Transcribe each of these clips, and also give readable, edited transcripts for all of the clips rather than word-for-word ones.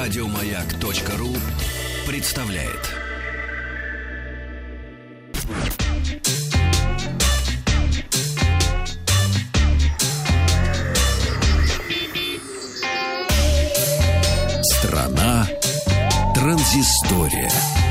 Радиомаяк.ру представляет. Страна транзистория.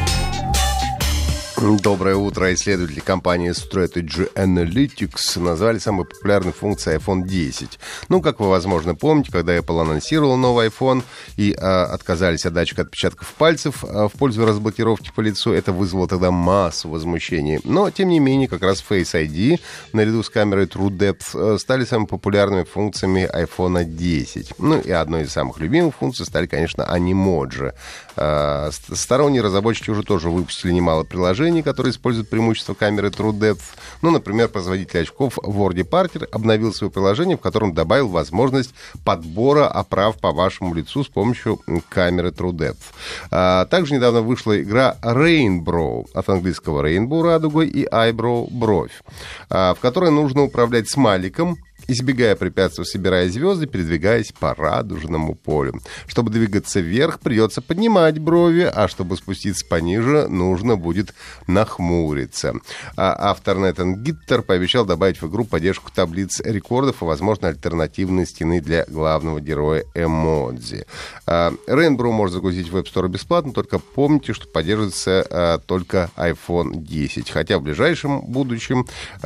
Доброе утро. Исследователи компании Strategy Analytics назвали самой популярной функцией iPhone 10. Как вы, возможно, помните, когда Apple анонсировал новый iPhone и отказались от датчика отпечатков пальцев в пользу разблокировки по лицу, это вызвало тогда массу возмущений. Но, тем не менее, как раз Face ID наряду с камерой TrueDepth стали самыми популярными функциями iPhone 10. И одной из самых любимых функций стали, конечно, анимоджи. Сторонние разработчики уже тоже выпустили немало приложений, которые используют преимущество камеры TrueDepth. Например, производитель очков Warby Parker обновил свое приложение, в котором добавил возможность подбора оправ по вашему лицу с помощью камеры TrueDepth. Также недавно вышла игра Rainbow, от английского Rainbow — радугой, и Eyebrow — бровь, в которой нужно управлять смайликом, избегая препятствий, собирая звезды, передвигаясь по радужному полю. Чтобы двигаться вверх, придется поднимать брови, а чтобы спуститься пониже, нужно будет нахмуриться. Автор Нэтан Гиттер пообещал добавить в игру поддержку таблиц рекордов и, возможно, альтернативные стены для главного героя эмодзи. Rainbow можно загрузить в App Store бесплатно, только помните, что поддерживается только iPhone 10. Хотя в ближайшем будущем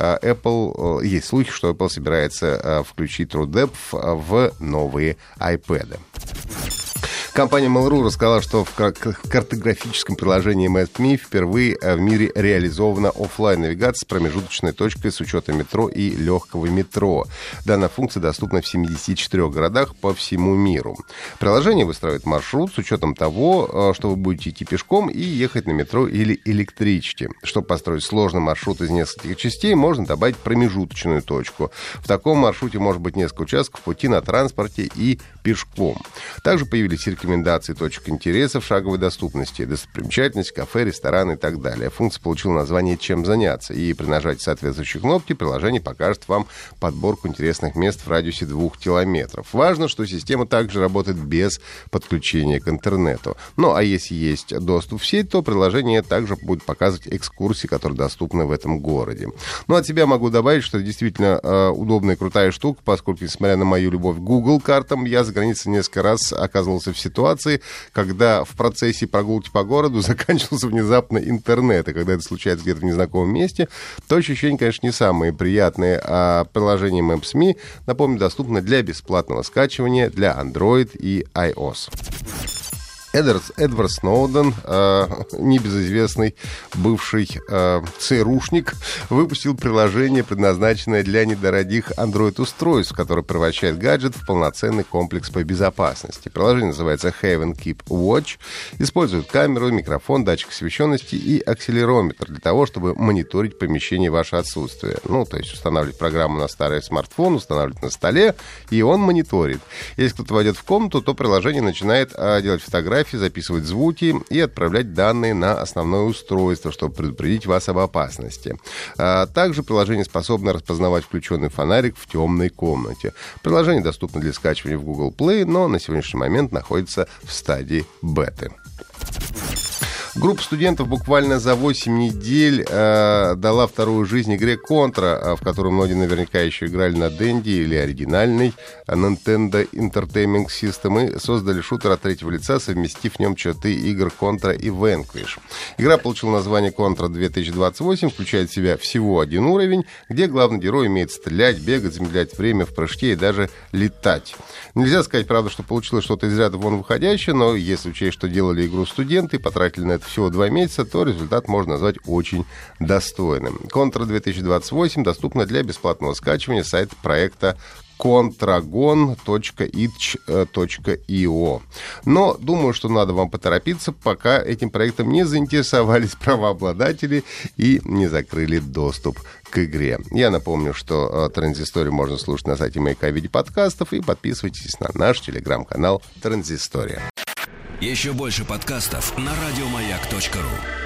есть слухи, что Apple собирается включить TrueDepth в новые iPad. Компания Mail.ru рассказала, что в картографическом приложении Maps.me впервые в мире реализована офлайн-навигация с промежуточной точкой с учетом метро и легкого метро. Данная функция доступна в 74 городах по всему миру. Приложение выстраивает маршрут с учетом того, что вы будете идти пешком и ехать на метро или электричке. Чтобы построить сложный маршрут из нескольких частей, можно добавить промежуточную точку. В таком маршруте может быть несколько участков пути на транспорте и пешком. Также появились рекомендации точек интереса в шаговой доступности, достопримечательности, кафе, рестораны и так далее. Функция получила название «Чем заняться», и при нажатии соответствующей кнопки приложение покажет вам подборку интересных мест в радиусе 2 километров. Важно, что система также работает без подключения к интернету. А если есть доступ в сеть, то приложение также будет показывать экскурсии, которые доступны в этом городе. От себя могу добавить, что это действительно удобная и крутая штука, поскольку, несмотря на мою любовь к Google картам, я за границей несколько раз оказывался в ситуации, когда в процессе прогулки по городу заканчивался внезапно интернет. И когда это случается где-то в незнакомом месте, то ощущения, конечно, не самые приятные. А приложение Maps.me, напомню, доступно для бесплатного скачивания для Android и iOS. Эдвард Сноуден, небезызвестный бывший ЦРУшник, выпустил приложение, предназначенное для недорогих Android-устройств, которое превращает гаджет в полноценный комплекс по безопасности. Приложение называется Haven Keep Watch, использует камеру, микрофон, датчик освещенности и акселерометр для того, чтобы мониторить помещение в ваше отсутствие. То есть устанавливать программу на старый смартфон, устанавливать на столе, и он мониторит. Если кто-то войдет в комнату, то приложение начинает делать фотографии, записывать звуки и отправлять данные на основное устройство, чтобы предупредить вас об опасности. Также приложение способно распознавать включенный фонарик в темной комнате. Приложение доступно для скачивания в Google Play, но на сегодняшний момент находится в стадии беты. Группа студентов буквально за 8 недель дала вторую жизнь игре Contra, в которой многие наверняка еще играли на Dendy или оригинальной Nintendo Entertainment System, и создали шутер от третьего лица, совместив в нем черты игр Contra и Vanquish. Игра получила название Contra 2028, включает в себя всего один уровень, где главный герой умеет стрелять, бегать, замедлять время в прыжке и даже летать. Нельзя сказать, правда, что получилось что-то из ряда вон выходящее, но если учесть, что делали игру студенты и потратили на это всего 2 месяца, то результат можно назвать очень достойным. Contra 2028 доступна для бесплатного скачивания с сайта проекта contragon.itch.io. Но думаю, что надо вам поторопиться, пока этим проектом не заинтересовались правообладатели и не закрыли доступ к игре. Я напомню, что Транзисторию можно слушать на сайте Маяка в виде подкастов, и подписывайтесь на наш телеграм-канал Транзистория. Еще больше подкастов на радиомаяк.ру.